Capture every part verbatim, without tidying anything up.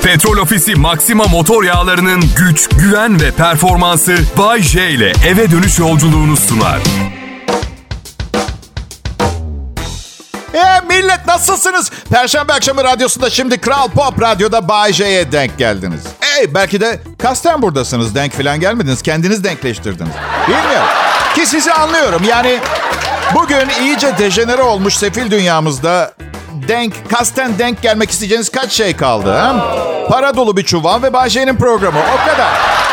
Petrol Ofisi Maxima motor yağlarının güç, güven ve performansı Bay J ile eve dönüş yolculuğunu sunar. E millet nasılsınız? Perşembe akşamı radyosunda şimdi Kral Pop Radyo'da Bay J'ye denk geldiniz. Ey belki de kasten buradasınız. Denk falan gelmediniz. Kendiniz denkleştirdiniz. Bilmiyorum. Ki sizi anlıyorum. Yani bugün iyice dejenere olmuş sefil dünyamızda denk, kasten denk gelmek isteyeceğiniz kaç şey kaldı? Ha? Para dolu bir çuval ve Bay J'nin programı. O kadar.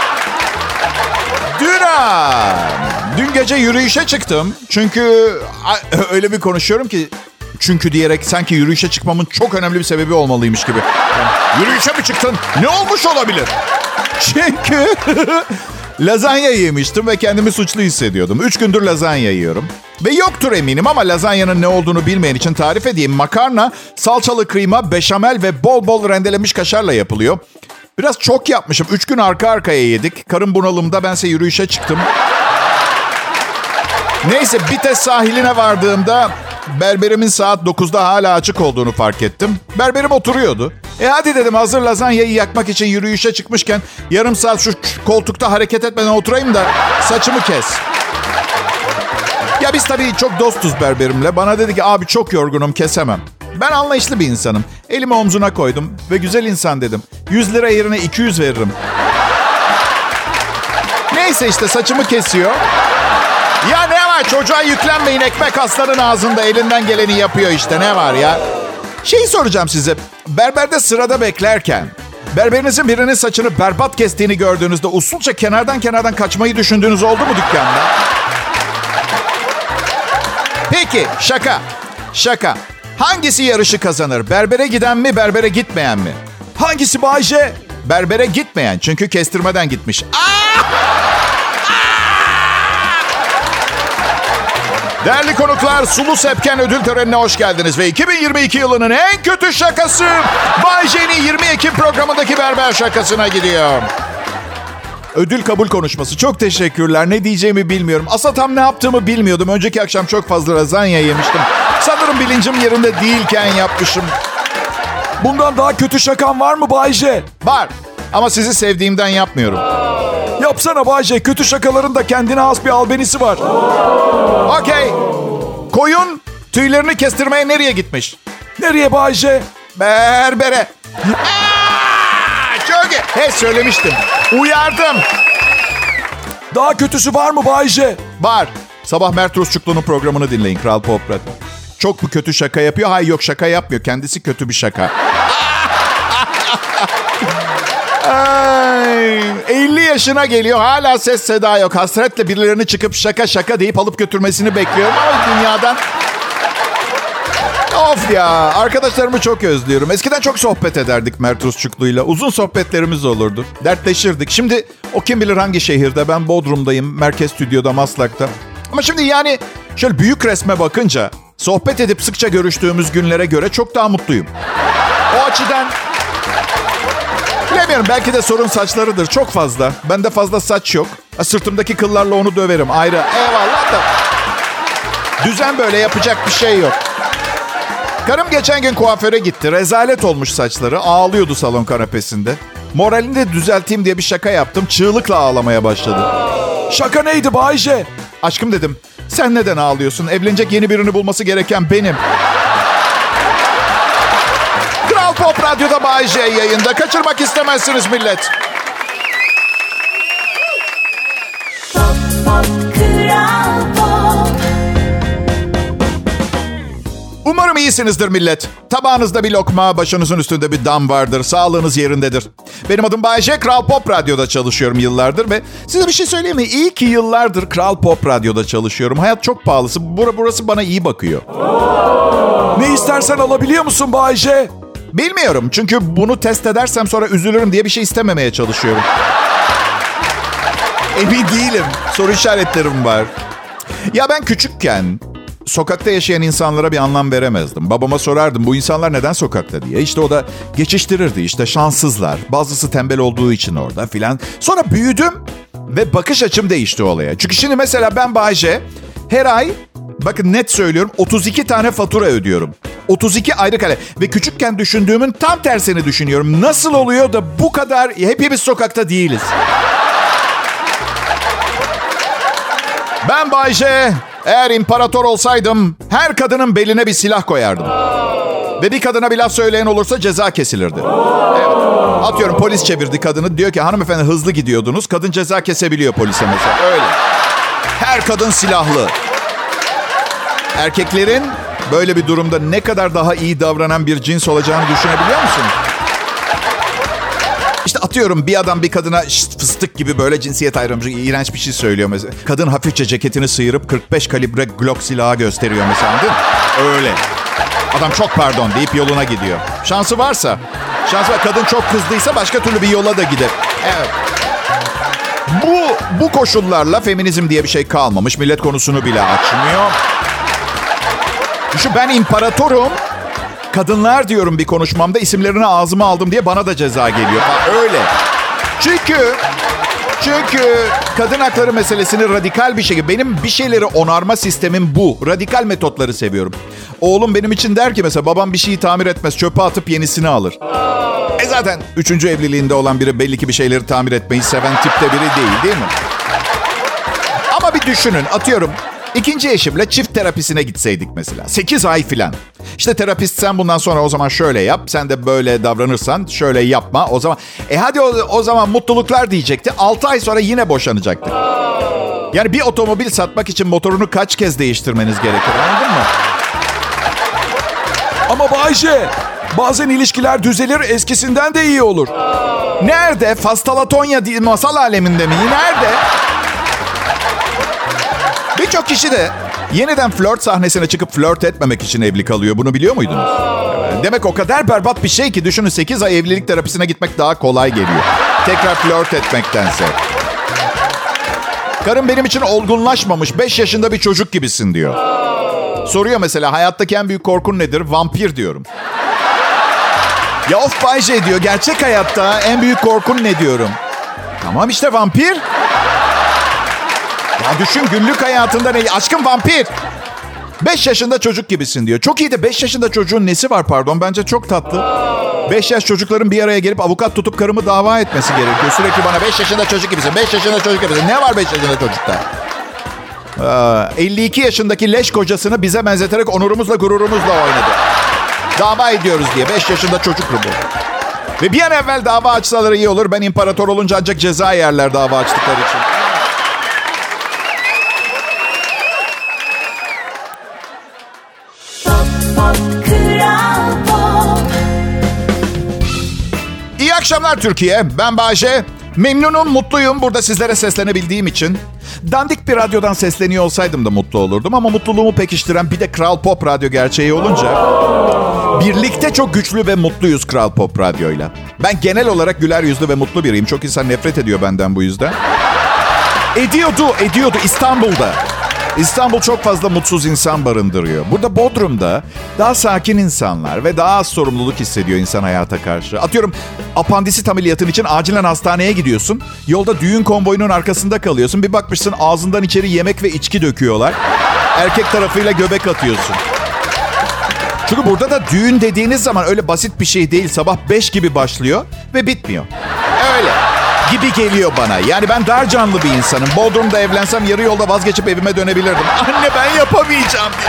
Dün, ha, dün gece yürüyüşe çıktım. Çünkü öyle bir konuşuyorum ki çünkü diyerek sanki yürüyüşe çıkmamın çok önemli bir sebebi olmalıymış gibi. Yani, yürüyüşe mi çıktın? Ne olmuş olabilir? Çünkü lazanya yemiştim ve kendimi suçlu hissediyordum. Üç gündür lazanya yiyorum. Ve yoktur eminim ama lazanyanın ne olduğunu bilmeyen için tarif edeyim. Makarna, salçalı kıyma, beşamel ve bol bol rendelenmiş kaşarla yapılıyor. Biraz çok yapmışım. Üç gün arka arkaya yedik. Karım bunalımda, bense yürüyüşe çıktım. Neyse Bites sahiline vardığımda berberimin saat dokuzda hala açık olduğunu fark ettim. Berberim oturuyordu. E hadi dedim, hazır lazanyayı yakmak için yürüyüşe çıkmışken yarım saat şu koltukta hareket etmeden oturayım da saçımı kes. Ya biz tabii çok dostuz berberimle. Bana dedi ki abi çok yorgunum, kesemem. Ben anlayışlı bir insanım. Elimi omzuna koydum ve güzel insan dedim. yüz lira yerine iki yüz veririm. Neyse işte saçımı kesiyor. Ya ne var, çocuğa yüklenmeyin, ekmek aslanın ağzında, elinden geleni yapıyor işte, ne var ya. Şeyi soracağım size, berberde sırada beklerken berberinizin birinin saçını berbat kestiğini gördüğünüzde usulca kenardan kenardan kaçmayı düşündüğünüz oldu mu dükkanda? Peki şaka, şaka. Hangisi yarışı kazanır? Berbere giden mi, berbere gitmeyen mi? Hangisi Bay J? Berbere gitmeyen, çünkü kestirmeden gitmiş. Aa! Değerli konuklar, Sulu Sepken ödül törenine hoş geldiniz ve iki bin yirmi iki yılının en kötü şakası Bay J'nin yirmi Ekim programındaki berber şakasına gidiyor. Ödül kabul konuşması. Çok teşekkürler. Ne diyeceğimi bilmiyorum. Aslında tam ne yaptığımı bilmiyordum. Önceki akşam çok fazla lazanya yemiştim. Sanırım bilincim yerinde değilken yapmışım. Bundan daha kötü şakan var mı Bay J? Var. Ama sizi sevdiğimden yapmıyorum. Yapsana Bay J. Kötü şakaların da kendine has bir albenisi var. Okey. Koyun tüylerini kestirmeye nereye gitmiş? Nereye Bay J? Berbere. Aa, çok iyi. He, söylemiştim. Uyardım. Daha kötüsü var mı Bay J? Var. Sabah Mert Rusçuklu'nun programını dinleyin. Kral Pop Radyo. Çok bu kötü şaka yapıyor. Hayır yok, şaka yapmıyor. Kendisi kötü bir şaka. Ay, elli yaşına geliyor. Hala ses seda yok. Hasretle birilerini çıkıp şaka şaka deyip alıp götürmesini bekliyorum. Ama dünyadan... Of ya. Arkadaşlarımı çok özlüyorum. Eskiden çok sohbet ederdik Mert Rusçuklu'yla. Uzun sohbetlerimiz olurdu. Dertleşirdik. Şimdi o kim bilir hangi şehirde. Ben Bodrum'dayım. Merkez Stüdyo'da, Maslak'ta. Ama şimdi yani şöyle büyük resme bakınca sohbet edip sıkça görüştüğümüz günlere göre çok daha mutluyum. O açıdan... Bilemiyorum, belki de sorun saçlarıdır. Çok fazla. Bende fazla saç yok. Sırtımdaki kıllarla onu döverim. Ayrı. Eyvallah da. Düzen böyle, yapacak bir şey yok. Karım geçen gün kuaföre gitti. Rezalet olmuş saçları. Ağlıyordu salon kanepesinde. Moralini de düzelteyim diye bir şaka yaptım. Çığlıkla ağlamaya başladı. Şaka neydi Bay J? Aşkım dedim. Sen neden ağlıyorsun? Evlenecek yeni birini bulması gereken benim. Kral Pop Radyo'da Bay J yayında. Kaçırmak istemezsiniz millet. Pop, pop, Kral Pop. Umarım iyisinizdir millet. Tabağınızda bir lokma, başınızın üstünde bir dam vardır. Sağlığınız yerindedir. Benim adım Bay J. Kral Pop Radyo'da çalışıyorum yıllardır ve size bir şey söyleyeyim mi? İyi ki yıllardır Kral Pop Radyo'da çalışıyorum. Hayat çok pahalısı. Bur- burası bana iyi bakıyor. Ne istersen alabiliyor musun Bay J? Bilmiyorum, çünkü bunu test edersem sonra üzülürüm diye bir şey istememeye çalışıyorum. Emin değilim. Soru işaretlerim var. Ya ben küçükken sokakta yaşayan insanlara bir anlam veremezdim. Babama sorardım, bu insanlar neden sokakta diye. İşte o da geçiştirirdi, işte şanssızlar. Bazısı tembel olduğu için orada filan. Sonra büyüdüm ve bakış açım değişti olaya. Çünkü şimdi mesela ben Bay J, her ay, bakın net söylüyorum, otuz iki tane fatura ödüyorum. otuz iki ayrı kare. Ve küçükken düşündüğümün tam tersini düşünüyorum. Nasıl oluyor da bu kadar hepimiz sokakta değiliz? Ben Bay J. Eğer imparator olsaydım her kadının beline bir silah koyardım. Ve bir kadına bir laf söyleyen olursa ceza kesilirdi. Evet. Atıyorum polis çevirdi kadını. Diyor ki hanımefendi hızlı gidiyordunuz. Kadın ceza kesebiliyor polise mesela. Öyle. Her kadın silahlı. Erkeklerin böyle bir durumda ne kadar daha iyi davranan bir cins olacağını düşünebiliyor musunuz? İşte atıyorum bir adam bir kadına şşt, fıstık gibi böyle cinsiyet ayrımcı iğrenç bir şey söylüyor mesela. Kadın hafifçe ceketini sıyırıp kırk beş kalibre Glock silahı gösteriyor mesela, değil mi? Öyle. Adam çok pardon deyip yoluna gidiyor. Şansı varsa. Şansı var. Kadın çok kızdıysa başka türlü bir yola da gider. Evet. Bu, bu koşullarla feminizm diye bir şey kalmamış. Millet konusunu bile açmıyor. Şu ben imparatorum. Kadınlar diyorum bir konuşmamda isimlerini ağzıma aldım diye bana da ceza geliyor. Ha, öyle. Çünkü çünkü kadın hakları meselesini radikal bir şekilde benim bir şeyleri onarma sistemim bu. Radikal metotları seviyorum. Oğlum benim için der ki mesela babam bir şeyi tamir etmez çöpe atıp yenisini alır. E zaten üçüncü evliliğinde olan biri belli ki bir şeyleri tamir etmeyi seven tipte biri değil değil mi? Ama bir düşünün atıyorum. İkinci eşimle çift terapisine gitseydik mesela. sekiz ay filan. İşte terapist sen bundan sonra o zaman şöyle yap. Sen de böyle davranırsan şöyle yapma. O zaman e hadi o, o zaman mutluluklar diyecekti. altı ay sonra yine boşanacaktık. Yani bir otomobil satmak için motorunu kaç kez değiştirmeniz gerekir, anladın mı? Ama Bay J, bazen ilişkiler düzelir, eskisinden de iyi olur. Nerede? Fastalatonya değil, masal aleminde mi? Nerede? Birçok kişi de yeniden flört sahnesine çıkıp flört etmemek için evli kalıyor. Bunu biliyor muydunuz? Demek o kadar berbat bir şey ki düşünün sekiz ay evlilik terapisine gitmek daha kolay geliyor. Tekrar flört etmektense. Karım benim için olgunlaşmamış beş yaşında bir çocuk gibisin diyor. Soruyor mesela hayattaki en büyük korkun nedir? Vampir diyorum. Ya of Bay J diyor gerçek hayatta en büyük korkun ne diyorum? Tamam işte vampir. Ya düşün günlük hayatında ne? Aşkım vampir. beş yaşında çocuk gibisin diyor. Çok iyi de beş yaşında çocuğun nesi var pardon? Bence çok tatlı. beş yaş çocukların bir araya gelip avukat tutup karımı dava etmesi gerekiyor. Sürekli bana beş yaşında çocuk gibisin, beş yaşında çocuk gibisin. Ne var beş yaşında çocukta? Ee, elli iki yaşındaki leş kocasını bize benzeterek onurumuzla gururumuzla oynadı. Dava ediyoruz diye beş yaşında çocuk bu. Ve bir an evvel dava açsalar iyi olur. Ben imparator olunca ancak ceza yerler dava açtıkları için. İyi akşamlar Türkiye. Ben Bay J. Memnunum, mutluyum burada sizlere seslenebildiğim için. Dandik bir radyodan sesleniyor olsaydım da mutlu olurdum. Ama mutluluğumu pekiştiren bir de Kral Pop Radyo gerçeği olunca... birlikte çok güçlü ve mutluyuz Kral Pop Radyo'yla. Ben genel olarak güler yüzlü ve mutlu biriyim. Çok insan nefret ediyor benden bu yüzden. Ediyordu, ediyordu İstanbul'da. İstanbul çok fazla mutsuz insan barındırıyor. Burada Bodrum'da daha sakin insanlar ve daha az sorumluluk hissediyor insan hayata karşı. Atıyorum apandisit ameliyatın için acilen hastaneye gidiyorsun. Yolda düğün konvoyunun arkasında kalıyorsun. Bir bakmışsın ağzından içeri yemek ve içki döküyorlar. Erkek tarafıyla göbek atıyorsun. Çünkü burada da düğün dediğiniz zaman öyle basit bir şey değil. Sabah beş gibi başlıyor ve bitmiyor. Öyle. Gibi geliyor bana. Yani ben dar canlı bir insanım. Bodrum'da evlensem yarı yolda vazgeçip evime dönebilirdim. Anne ben yapamayacağım diye.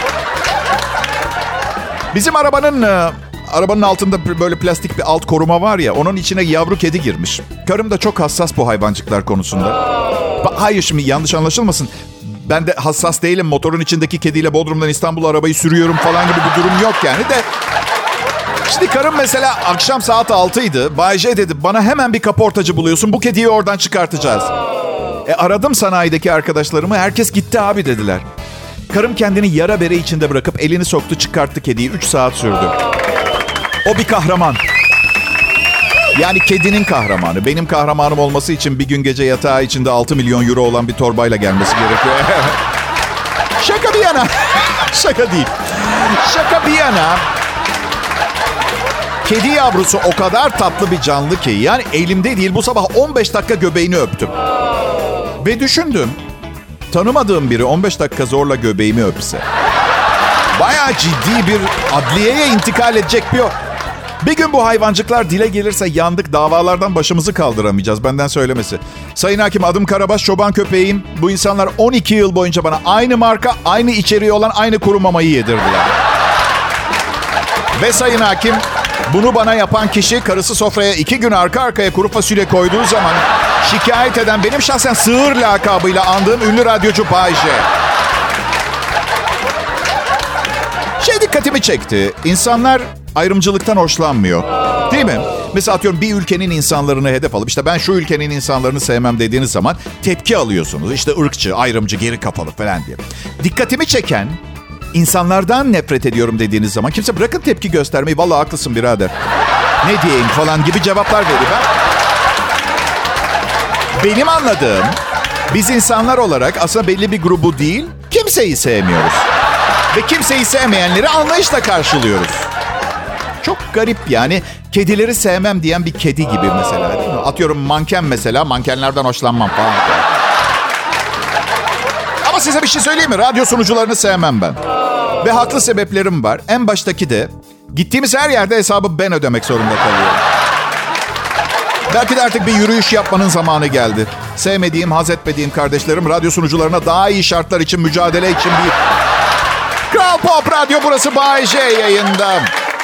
Bizim arabanın arabanın altında böyle plastik bir alt koruma var ya. Onun içine yavru kedi girmiş. Karım da çok hassas bu hayvancıklar konusunda. Hayır şimdi yanlış anlaşılmasın. Ben de hassas değilim. Motorun içindeki kediyle Bodrum'dan İstanbul'a arabayı sürüyorum falan gibi bir durum yok yani de. Şimdi karım mesela akşam saat altıydı. Bay J dedi bana hemen bir kaportacı buluyorsun. Bu kediyi oradan çıkartacağız. E aradım sanayideki arkadaşlarımı. Herkes gitti abi dediler. Karım kendini yara bere içinde bırakıp elini soktu çıkarttı kediyi. Üç saat sürdü. O bir kahraman. Yani kedinin kahramanı. Benim kahramanım olması için bir gün gece yatağı içinde altı milyon euro olan bir torbayla gelmesi gerekiyor. Şaka bir yana. Şaka değil. Şaka bir yana. Kedi yavrusu o kadar tatlı bir canlı ki. Yani elimde değil bu sabah on beş dakika göbeğini öptüm. Ve düşündüm. Tanımadığım biri on beş dakika zorla göbeğimi öpse. Bayağı ciddi bir adliyeye intikal edecek bir o. Bir gün bu hayvancıklar dile gelirse yandık, davalardan başımızı kaldıramayacağız, benden söylemesi. Sayın Hakim, adım Karabaş, çoban köpeğim. Bu insanlar on iki yıl boyunca bana aynı marka, aynı içeriği olan aynı kuru mamayı yedirdiler. Ve Sayın Hakim, bunu bana yapan kişi karısı sofraya iki gün arka arkaya kuru fasulye koyduğu zaman şikayet eden, benim şahsen sığır lakabıyla andığım ünlü radyocu Bay J. Şey dikkatimi çekti. İnsanlar ayrımcılıktan hoşlanmıyor. Değil mi? Mesela atıyorum bir ülkenin insanlarını hedef alıp işte ben şu ülkenin insanlarını sevmem dediğiniz zaman tepki alıyorsunuz. İşte ırkçı, ayrımcı, geri kafalı falan diye. Dikkatimi çeken, insanlardan nefret ediyorum dediğiniz zaman kimse bırakın tepki göstermeyi. Vallahi haklısın birader. Ne diyeyim falan gibi cevaplar veriyor. Ben... Benim anladığım, biz insanlar olarak aslında belli bir grubu değil, kimseyi sevmiyoruz. Ve kimseyi sevmeyenleri anlayışla karşılıyoruz. Çok garip yani. Kedileri sevmem diyen bir kedi gibi mesela. Değil mi? Atıyorum manken mesela. Mankenlerden hoşlanmam falan. Ama size bir şey söyleyeyim mi? Radyo sunucularını sevmem ben. Ve haklı sebeplerim var. En baştaki de gittiğimiz her yerde hesabı ben ödemek zorunda kalıyorum. Belki de artık bir yürüyüş yapmanın zamanı geldi. Sevmediğim, haz etmediğim kardeşlerim radyo sunucularına daha iyi şartlar için, mücadele için bir... Kral Pop Radyo, burası Bay J yayında.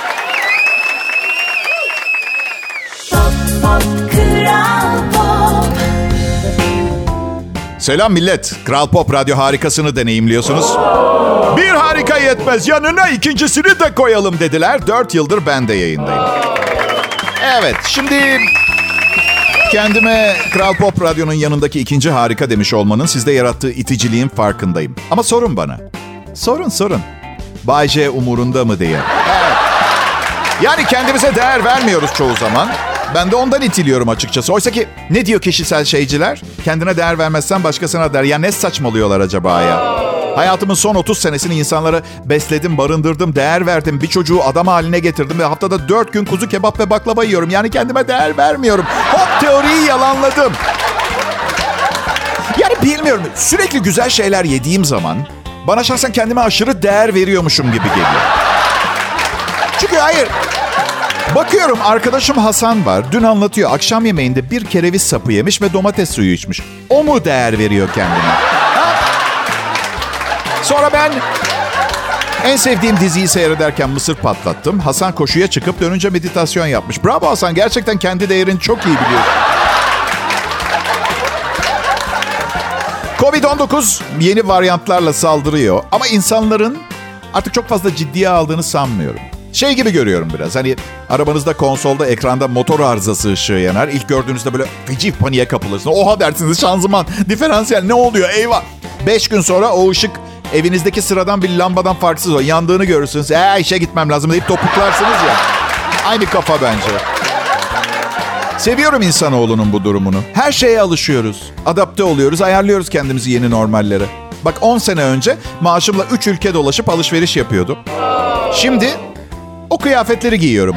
Pop, pop, Kral Pop. Selam millet. Kral Pop Radyo harikasını deneyimliyorsunuz. Bir harika yetmez, yanına ikincisini de koyalım dediler. Dört yıldır ben de yayındayım. Evet, şimdi kendime Kral Pop Radyo'nun yanındaki ikinci harika demiş olmanın sizde yarattığı iticiliğin farkındayım. Ama sorun bana. Sorun sorun. Bay J umurunda mı diye. Evet. Yani kendimize değer vermiyoruz çoğu zaman. Ben de ondan itiliyorum açıkçası. Oysa ki ne diyor kişisel şeyciler? Kendine değer vermezsen başkasına değer. Ya ne saçmalıyorlar acaba ya? Hayatımın son otuz senesini insanlara besledim, barındırdım, değer verdim. Bir çocuğu adam haline getirdim ve haftada dört gün kuzu kebap ve baklava yiyorum. Yani kendime değer vermiyorum. Hop, teoriyi yalanladım. Yani bilmiyorum. Sürekli güzel şeyler yediğim zaman bana şahsen kendime aşırı değer veriyormuşum gibi geliyor. Çünkü hayır. Bakıyorum arkadaşım Hasan var. Dün anlatıyor. Akşam yemeğinde bir kereviz sapı yemiş ve domates suyu içmiş. O mu değer veriyor kendine? Ha? Sonra ben en sevdiğim diziyi seyrederken mısır patlattım. Hasan koşuya çıkıp dönünce meditasyon yapmış. Bravo Hasan. Gerçekten kendi değerini çok iyi biliyorsun. covid on dokuz yeni varyantlarla saldırıyor. Ama insanların artık çok fazla ciddiye aldığını sanmıyorum. Şey gibi görüyorum biraz. Hani arabanızda konsolda ekranda motor arızası ışığı yanar. İlk gördüğünüzde böyle feci paniğe kapılırsınız. Oha dersiniz, şanzıman, diferansiyel ne oluyor eyvah. Beş gün sonra o ışık evinizdeki sıradan bir lambadan farksız o. Yandığını görürsünüz. Eee işe gitmem lazım deyip topuklarsınız ya. Aynı kafa bence. Seviyorum insanoğlunun bu durumunu. Her şeye alışıyoruz. Adapte oluyoruz, ayarlıyoruz kendimizi yeni normallere. Bak on sene önce maaşımla üç ülke dolaşıp alışveriş yapıyordum. Şimdi o kıyafetleri giyiyorum.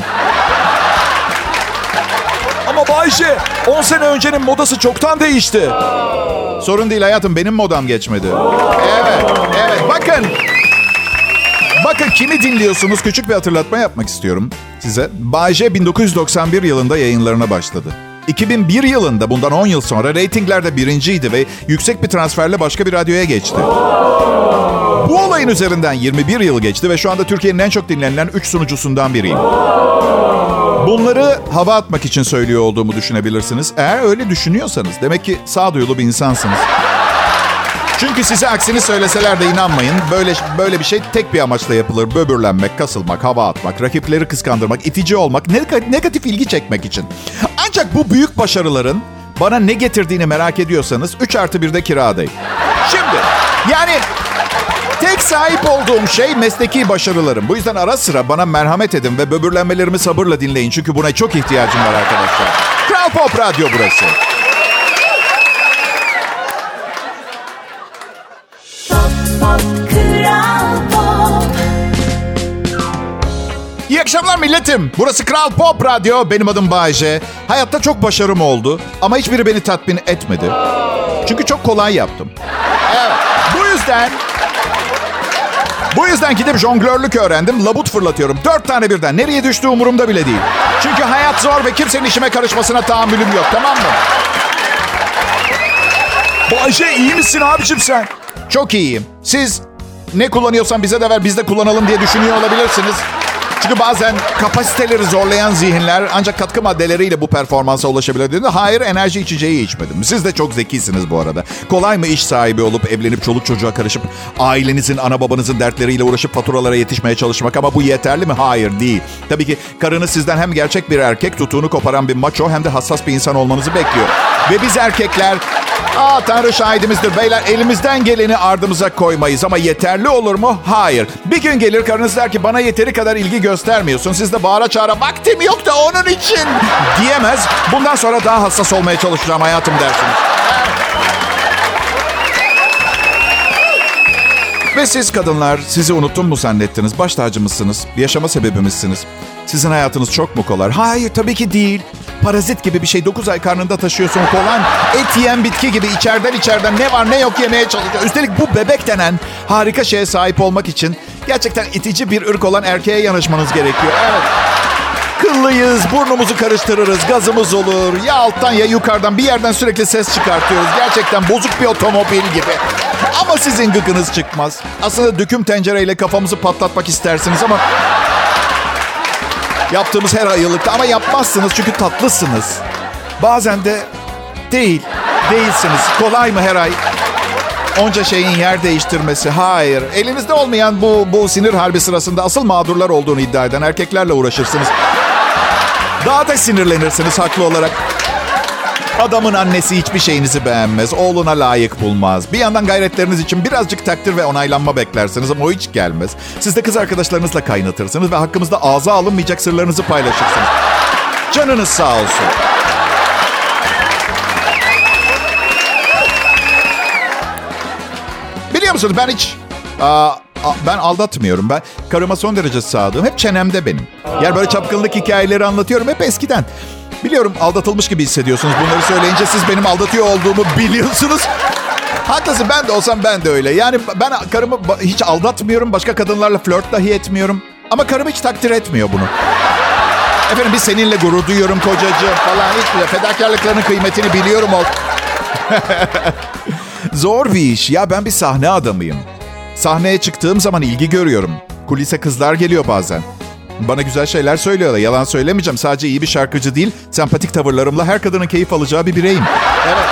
Ama Bayşe, on sene öncenin modası çoktan değişti. Sorun değil hayatım, benim modam geçmedi. Evet, evet. Bakın. Bakın kimi dinliyorsunuz? Küçük bir hatırlatma yapmak istiyorum size. Bay J bin dokuz yüz doksan bir yılında yayınlarına başladı. iki bin bir yılında, bundan on yıl sonra reytinglerde birinciydi ve yüksek bir transferle başka bir radyoya geçti. Bu olayın üzerinden yirmi bir yıl geçti ve şu anda Türkiye'nin en çok dinlenilen üç sunucusundan biriyim. Bunları hava atmak için söylüyor olduğumu düşünebilirsiniz. Eğer öyle düşünüyorsanız demek ki sağduyulu bir insansınız. Çünkü size aksini söyleseler de inanmayın. Böyle böyle bir şey tek bir amaçla yapılır. Böbürlenmek, kasılmak, hava atmak, rakipleri kıskandırmak, itici olmak, negatif ilgi çekmek için. Ancak bu büyük başarıların bana ne getirdiğini merak ediyorsanız üç artı birde kiradayım. Şimdi yani tek sahip olduğum şey mesleki başarılarım. Bu yüzden ara sıra bana merhamet edin ve böbürlenmelerimi sabırla dinleyin. Çünkü buna çok ihtiyacım var arkadaşlar. Kral Pop Radyo burası. İyi akşamlar milletim. Burası Kral Pop Radyo. Benim adım Bay J. Hayatta çok başarım oldu ama hiçbiri beni tatmin etmedi. Çünkü çok kolay yaptım. Evet. Bu yüzden... Bu Bu yüzden gidip jonglörlük öğrendim. Labut fırlatıyorum. Dört tane birden. Nereye düştüğü umurumda bile değil. Çünkü hayat zor ve kimsenin işime karışmasına tahammülüm yok. Tamam mı? Bayce iyi misin abicim sen? Çok iyiyim. Siz ne kullanıyorsan bize de ver, biz de kullanalım diye düşünüyor olabilirsiniz. Çünkü bazen kapasiteleri zorlayan zihinler ancak katkı maddeleriyle bu performansa ulaşabilir dedi. Hayır, enerji içeceği içmedim. Siz de çok zekisiniz bu arada. Kolay mı iş sahibi olup evlenip çoluk çocuğa karışıp ailenizin, ana babanızın dertleriyle uğraşıp faturalara yetişmeye çalışmak, ama bu yeterli mi? Hayır, değil. Tabii ki karınız sizden hem gerçek bir erkek, tutuğunu koparan bir maço, hem de hassas bir insan olmanızı bekliyor. Ve biz erkekler, aa Tanrı şahidimizdir beyler, elimizden geleni ardımıza koymayız. Ama yeterli olur mu? Hayır. Bir gün gelir karınız der ki bana yeteri kadar ilgi göstermiyorsun. Siz de bağıra çağıra vaktim yok da onun için diyemez. Bundan sonra daha hassas olmaya çalışacağım hayatım dersiniz. Ve siz kadınlar, sizi unuttum mu zannettiniz? Baş tacımızsınız, yaşama sebebimizsiniz. Sizin hayatınız çok mu kolay? Hayır, tabii ki değil. Parazit gibi bir şey. dokuz ay karnında taşıyorsun falan. Et yiyen bitki gibi içeriden içeriden ne var ne yok yemeye çalışıyor. Üstelik bu bebek denen harika şeye sahip olmak için gerçekten itici bir ırk olan erkeğe yanaşmanız gerekiyor. Evet. Kıllıyız, burnumuzu karıştırırız, gazımız olur. Ya alttan ya yukarıdan bir yerden sürekli ses çıkartıyoruz. Gerçekten bozuk bir otomobil gibi. Ama sizin gıkınız çıkmaz. Aslında döküm tencereyle kafamızı patlatmak istersiniz ama... Yaptığımız her ayılıkta ama yapmazsınız çünkü tatlısınız. Bazen de değil, değilsiniz. Kolay mı her ay? Onca şeyin yer değiştirmesi. Hayır. Elinizde olmayan bu, bu sinir harbi sırasında asıl mağdurlar olduğunu iddia eden erkeklerle uğraşırsınız. Daha da sinirlenirsiniz haklı olarak. Adamın annesi hiçbir şeyinizi beğenmez. Oğluna layık bulmaz. Bir yandan gayretleriniz için birazcık takdir ve onaylanma beklersiniz ama o hiç gelmez. Siz de kız arkadaşlarınızla kaynatırsınız ve hakkımızda ağza alınmayacak sırlarınızı paylaşırsınız. Canınız sağ olsun. Biliyor musunuz ben hiç... Aa, ben aldatmıyorum. Ben karıma son derece sadığım. Hep çenemde benim. Yani böyle çapkınlık hikayeleri anlatıyorum hep eskiden. Biliyorum aldatılmış gibi hissediyorsunuz bunları söyleyince. Siz benim aldatıyor olduğumu biliyorsunuz. Haklısın, ben de olsam ben de öyle. Yani ben karımı hiç aldatmıyorum. Başka kadınlarla flört dahi etmiyorum. Ama karım hiç takdir etmiyor bunu. Efendim biz seninle gurur duyuyorum kocacığım falan. Hiç fedakarlıklarının kıymetini biliyorum. Zor bir iş. Ya ben bir sahne adamıyım. Sahneye çıktığım zaman ilgi görüyorum. Kulise kızlar geliyor bazen. Bana güzel şeyler söylüyorlar. Yalan söylemeyeceğim. Sadece iyi bir şarkıcı değil, sempatik tavırlarımla her kadının keyif alacağı bir bireyim. Evet.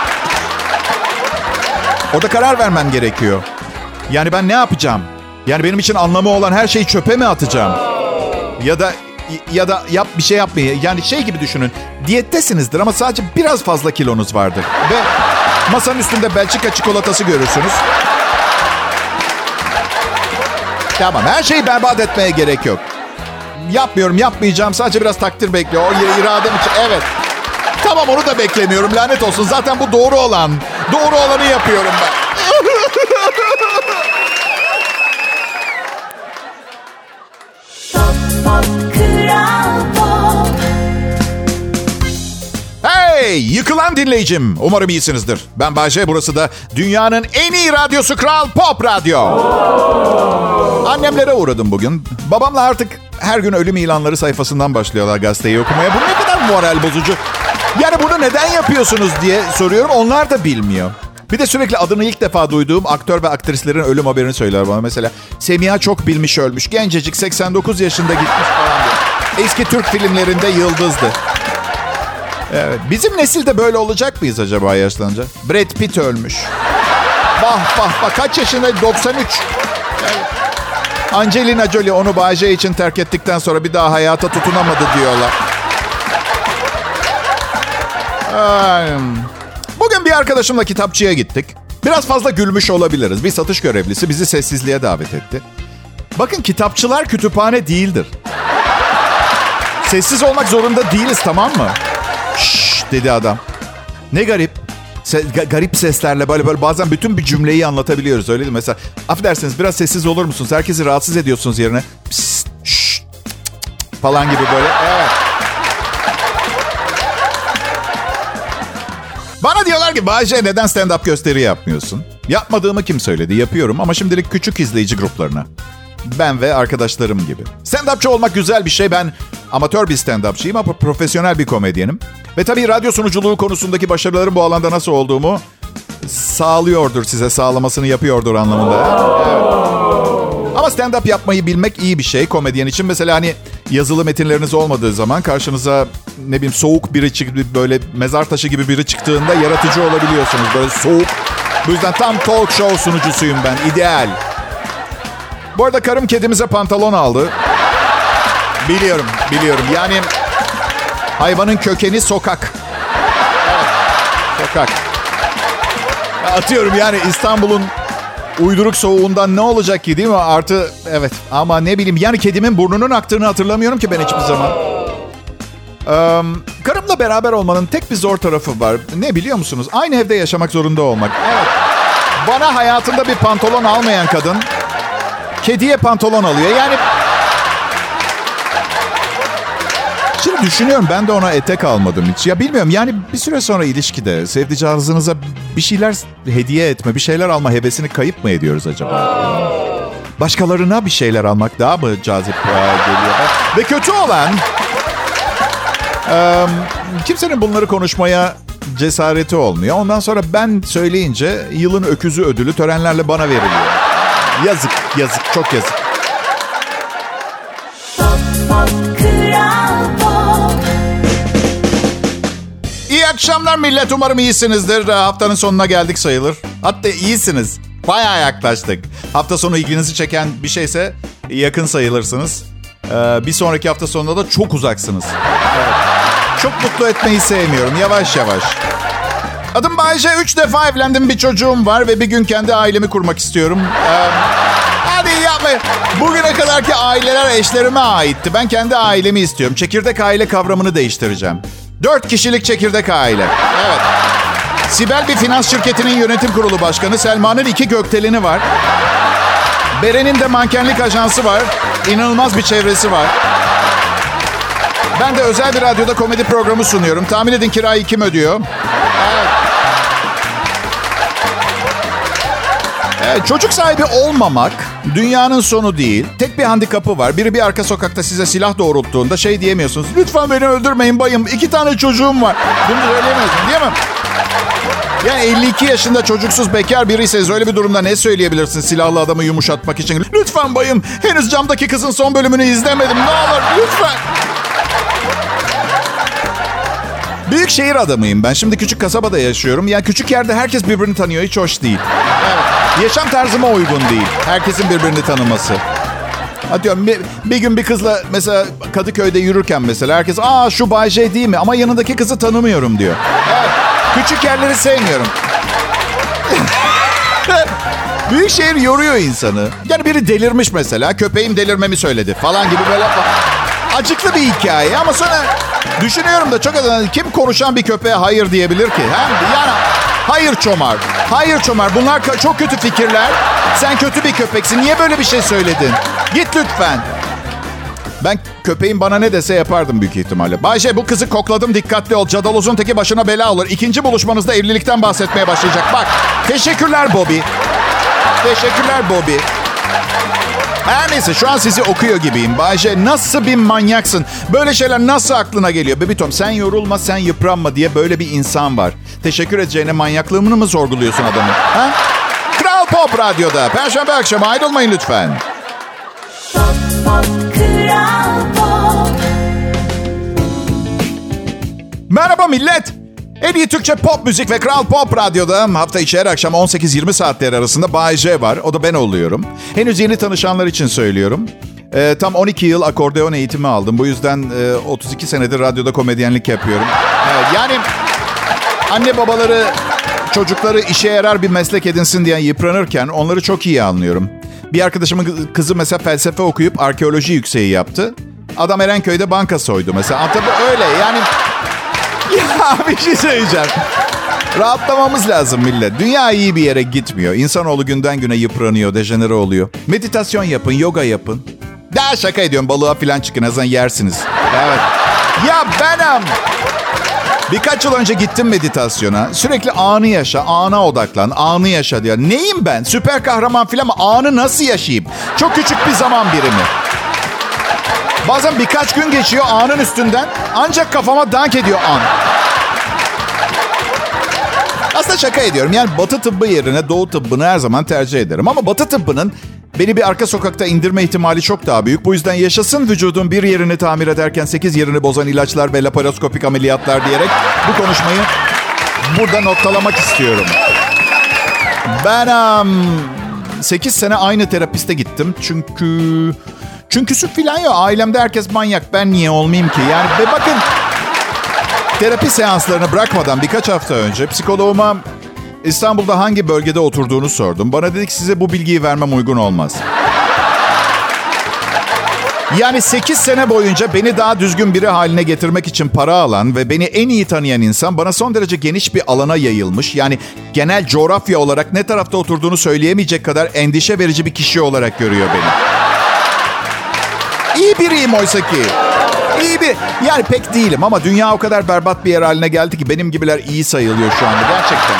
Orada karar vermem gerekiyor. Yani ben ne yapacağım? Yani benim için anlamı olan her şeyi çöpe mi atacağım? Ya da ya da yap bir şey yapmayı. Yani şey gibi düşünün. Diyettesinizdir ama sadece biraz fazla kilonuz vardır. Ve masanın üstünde Belçika çikolatası görürsünüz. Tamam, her şeyi berbat etmeye gerek yok. Yapmıyorum, yapmayacağım. Sadece biraz takdir bekliyor. O iradem için. Evet. Tamam, onu da beklemiyorum. Lanet olsun. Zaten bu doğru olan. Doğru olanı yapıyorum ben. Pop, pop, Kral Pop. Hey, yıkılan dinleyicim. Umarım iyisinizdir. Ben Bayce. Burası da dünyanın en iyi radyosu Kral Pop Radyo. Annemlere uğradım bugün. Babamla artık her gün ölüm ilanları sayfasından başlıyorlar gazeteyi okumaya. Bu ne kadar moral bozucu. Yani bunu neden yapıyorsunuz diye soruyorum. Onlar da bilmiyor. Bir de sürekli adını ilk defa duyduğum aktör ve aktrislerin ölüm haberini söyler bana. Mesela Semiha çok bilmiş ölmüş. Gencecik seksen dokuz yaşında gitmiş falan diye. Eski Türk filmlerinde yıldızdı. Evet. Bizim nesilde böyle olacak mıyız acaba yaşlanınca? Brad Pitt ölmüş. Bah bah bah. Kaç yaşındaydı? doksan üç. Evet. Angelina Jolie onu Bayce için terk ettikten sonra bir daha hayata tutunamadı diyorlar. Bugün bir arkadaşımla kitapçıya gittik. Biraz fazla gülmüş olabiliriz. Bir satış görevlisi bizi sessizliğe davet etti. Bakın, kitapçılar kütüphane değildir. Sessiz olmak zorunda değiliz, tamam mı? Şşş dedi adam. Ne garip. Se- garip seslerle böyle böyle bazen bütün bir cümleyi anlatabiliyoruz, öyle değil mi? Mesela affedersiniz biraz sessiz olur musunuz? Herkesi rahatsız ediyorsunuz yerine. Psst, şşş, falan gibi böyle. Evet. Bana diyorlar ki Bayce neden stand-up gösteri yapmıyorsun? Yapmadığımı kim söyledi? Yapıyorum ama şimdilik küçük izleyici gruplarına. Ben ve arkadaşlarım gibi. Stand-upçı olmak güzel bir şey. Ben amatör bir stand-upçıyım ama profesyonel bir komedyenim. Ve tabii radyo sunuculuğu konusundaki başarılarım bu alanda nasıl olduğumu sağlıyordur size, sağlamasını yapıyordur anlamında. Evet. Ama stand-up yapmayı bilmek iyi bir şey komedyen için. Mesela hani yazılı metinleriniz olmadığı zaman karşınıza ne bileyim soğuk biri çıktı, böyle mezar taşı gibi biri çıktığında yaratıcı olabiliyorsunuz. Böyle soğuk. Bu yüzden tam talk show sunucusuyum ben. İdeal. Bu arada karım kedimize pantolon aldı. Biliyorum, biliyorum. Yani hayvanın kökeni sokak. Evet, sokak. Atıyorum yani İstanbul'un uyduruk soğuğundan ne olacak ki değil mi? Artı evet ama ne bileyim yani kedimin burnunun aktığını hatırlamıyorum ki ben hiçbir zaman. Ee, karımla beraber olmanın tek bir zor tarafı var. Ne biliyor musunuz? Aynı evde yaşamak zorunda olmak. Evet. Bana hayatında bir pantolon almayan kadın kediye pantolon alıyor. Yani şimdi düşünüyorum ben de ona etek almadım hiç. Ya bilmiyorum yani bir süre sonra ilişkide sevdiceğinizinize bir şeyler hediye etme, bir şeyler alma hevesini kayıp mı ediyoruz acaba? Başkalarına bir şeyler almak daha mı cazip geliyor? Ve kötü olan e, kimsenin bunları konuşmaya cesareti olmuyor. Ondan sonra ben söyleyince yılın öküzü ödülü törenlerle bana veriliyor. Yazık, yazık, çok yazık. İyi akşamlar millet. Umarım iyisinizdir. Haftanın sonuna geldik sayılır. Hatta iyisiniz. Bayağı yaklaştık. Hafta sonu ilginizi çeken bir şeyse yakın sayılırsınız. Ee, bir sonraki hafta sonunda da çok uzaksınız. Evet. Çok mutlu etmeyi sevmiyorum. Yavaş yavaş. Adım Bayce. Üç defa evlendim. Bir çocuğum var ve bir gün kendi ailemi kurmak istiyorum. Ee, hadi yapma. Bugüne kadarki aileler eşlerime aitti. Ben kendi ailemi istiyorum. Çekirdek aile kavramını değiştireceğim. Dört kişilik çekirdek aile. Evet. Sibel bir finans şirketinin yönetim kurulu başkanı. Selma'nın iki gökdeleni var. Beren'in de mankenlik ajansı var. İnanılmaz bir çevresi var. Ben de özel bir radyoda komedi programı sunuyorum. Tahmin edin kirayı kim ödüyor? Evet. Evet, çocuk sahibi olmamak dünyanın sonu değil. Tek bir handikapı var. Biri bir arka sokakta size silah doğrulttuğunda şey diyemiyorsunuz. Lütfen beni öldürmeyin bayım. İki tane çocuğum var. Bunu söyleyemiyorsun değil mi? Yani elli iki yaşında çocuksuz bekar biriyseniz öyle bir durumda ne söyleyebilirsiniz silahlı adamı yumuşatmak için? Lütfen bayım. Henüz camdaki kızın son bölümünü izlemedim. Ne olur lütfen. Büyük şehir adamıyım ben. Şimdi küçük kasabada yaşıyorum. Yani küçük yerde herkes birbirini tanıyor. Hiç hoş değil. Evet. Yaşam tarzıma uygun değil. Herkesin birbirini tanıması. Atıyorum bir, bir gün bir kızla mesela Kadıköy'de yürürken mesela herkes aa şu Bay J değil mi? Ama yanındaki kızı tanımıyorum diyor. Evet. Küçük yerleri sevmiyorum. Büyük şehir yoruyor insanı. Yani biri delirmiş mesela. Köpeğim delirmemi söyledi falan gibi böyle acıklı bir hikaye ama sonra düşünüyorum da çok azından kim konuşan bir köpeğe hayır diyebilir ki? Ha? Yani hayır çomar. Hayır çomar. Bunlar çok kötü fikirler. Sen kötü bir köpeksin. Niye böyle bir şey söyledin? Git lütfen. Ben köpeğim bana ne dese yapardım büyük ihtimalle. Bayce bu kızı kokladım dikkatli ol. Cadalozun teki başına bela olur. İkinci buluşmanızda evlilikten bahsetmeye başlayacak. Bak teşekkürler Bobby. Teşekkürler Bobby. Her neyse şu an sizi okuyor gibiyim. Bayce nasıl bir manyaksın? Böyle şeyler nasıl aklına geliyor? Bebi Tom sen yorulma sen yıpranma diye böyle bir insan var. Teşekkür edeceğine manyaklığımını mı sorguluyorsun adamı? Ha? Kral Pop Radyo'da. Perşembe akşamı ayrılmayın lütfen. Pop, pop, Kral Pop. Merhaba millet. En iyi Türkçe pop müzik ve Kral Pop Radyo'da hafta içi her akşam on sekiz yirmi saatleri arasında Bay J var. O da ben oluyorum. Henüz yeni tanışanlar için söylüyorum. Ee, tam on iki yıl akordeon eğitimi aldım. Bu yüzden e, otuz iki senedir radyoda komedyenlik yapıyorum. Evet, yani anne babaları çocukları işe yarar bir meslek edinsin diye yıpranırken onları çok iyi anlıyorum. Bir arkadaşımın kızı mesela felsefe okuyup arkeoloji yükseği yaptı. Adam Erenköy'de banka soydu mesela. Tabii öyle yani... Ya bir şey söyleyeceğim. Rahatlamamız lazım millet. Dünya iyi bir yere gitmiyor. İnsanoğlu günden güne yıpranıyor, dejenere oluyor. Meditasyon yapın, yoga yapın. Daha şaka ediyorum. Balığa falan çıkın. Azından yersiniz. Evet. Ya benim. Birkaç yıl önce gittim meditasyona. Sürekli anı yaşa, ana odaklan, anı yaşa diyor. Neyim ben? Süper kahraman filan mı? Anı nasıl yaşayayım? Çok küçük bir zaman birimi. Bazen birkaç gün geçiyor anın üstünden. Ancak kafama dank ediyor an. Aslında şaka ediyorum. Yani Batı tıbbı yerine Doğu tıbbını her zaman tercih ederim. Ama Batı tıbbının beni bir arka sokakta indirme ihtimali çok daha büyük. Bu yüzden yaşasın vücudun bir yerini tamir ederken sekiz yerini bozan ilaçlar ve laparoskopik ameliyatlar diyerek bu konuşmayı burada noktalamak istiyorum. Ben um, sekiz sene aynı terapiste gittim. Çünkü... Çünküsü filan yok. Ailemde herkes manyak. Ben niye olmayayım ki? Yani ve bakın... Terapi seanslarını bırakmadan birkaç hafta önce psikoloğuma İstanbul'da hangi bölgede oturduğunu sordum. Bana dedi ki size bu bilgiyi vermem uygun olmaz. Yani sekiz sene boyunca beni daha düzgün biri haline getirmek için para alan ve beni en iyi tanıyan insan bana son derece geniş bir alana yayılmış. Yani genel coğrafya olarak ne tarafta oturduğunu söyleyemeyecek kadar endişe verici bir kişi olarak görüyor beni. İyi biriyim oysa ki. İyi bir... Yani pek değilim ama dünya o kadar berbat bir yer haline geldi ki benim gibiler iyi sayılıyor şu anda gerçekten.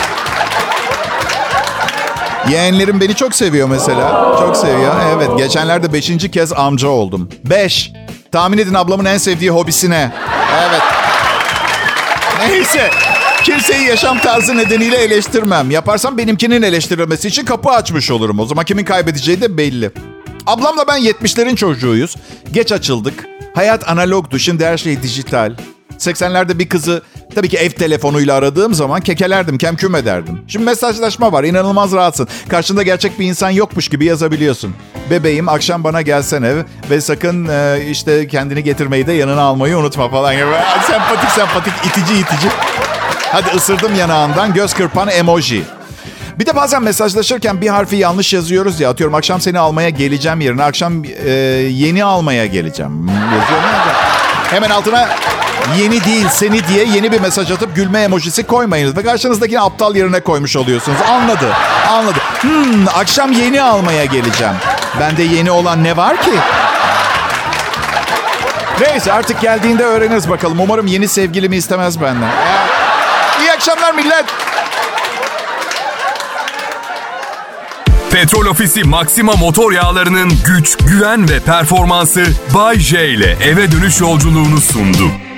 Yeğenlerim beni çok seviyor mesela. Çok seviyor. Evet, geçenlerde beşinci kez amca oldum. Beş. Tahmin edin ablamın en sevdiği hobisi ne? Evet. Neyse. Kimseyi yaşam tarzı nedeniyle eleştirmem. Yaparsam benimkinin eleştirilmesi için kapı açmış olurum. O zaman kimin kaybedeceği de belli. Ablamla ben yetmişlerin çocuğuyuz. Geç açıldık. Hayat analogdu. Şimdi her şey dijital. seksenlerde bir kızı tabii ki ev telefonuyla aradığım zaman kekelerdim, kemküm ederdim. Şimdi mesajlaşma var. İnanılmaz rahatsın. Karşında gerçek bir insan yokmuş gibi yazabiliyorsun. Bebeğim akşam bana gelsene ve sakın e, işte kendini getirmeyi de yanına almayı unutma falan gibi. Sempatik sempatik, itici itici. Hadi ısırdım yanağından, göz kırpan emoji. Bir de bazen mesajlaşırken bir harfi yanlış yazıyoruz ya. Atıyorum akşam seni almaya geleceğim yerine akşam e, yeni almaya geleceğim. Yazıyorum ya. Hemen altına yeni değil seni diye yeni bir mesaj atıp gülme emojisi koymayınız. Ve karşınızdakini aptal yerine koymuş oluyorsunuz. Anladı, anladı. Hmm, akşam yeni almaya geleceğim. Bende yeni olan ne var ki? Neyse artık geldiğinde öğreniriz bakalım. Umarım yeni sevgilimi istemez benden. Ya, iyi akşamlar millet. Petrol Ofisi Maxima motor yağlarının güç, güven ve performansı Bay J ile eve dönüş yolculuğunu sundu.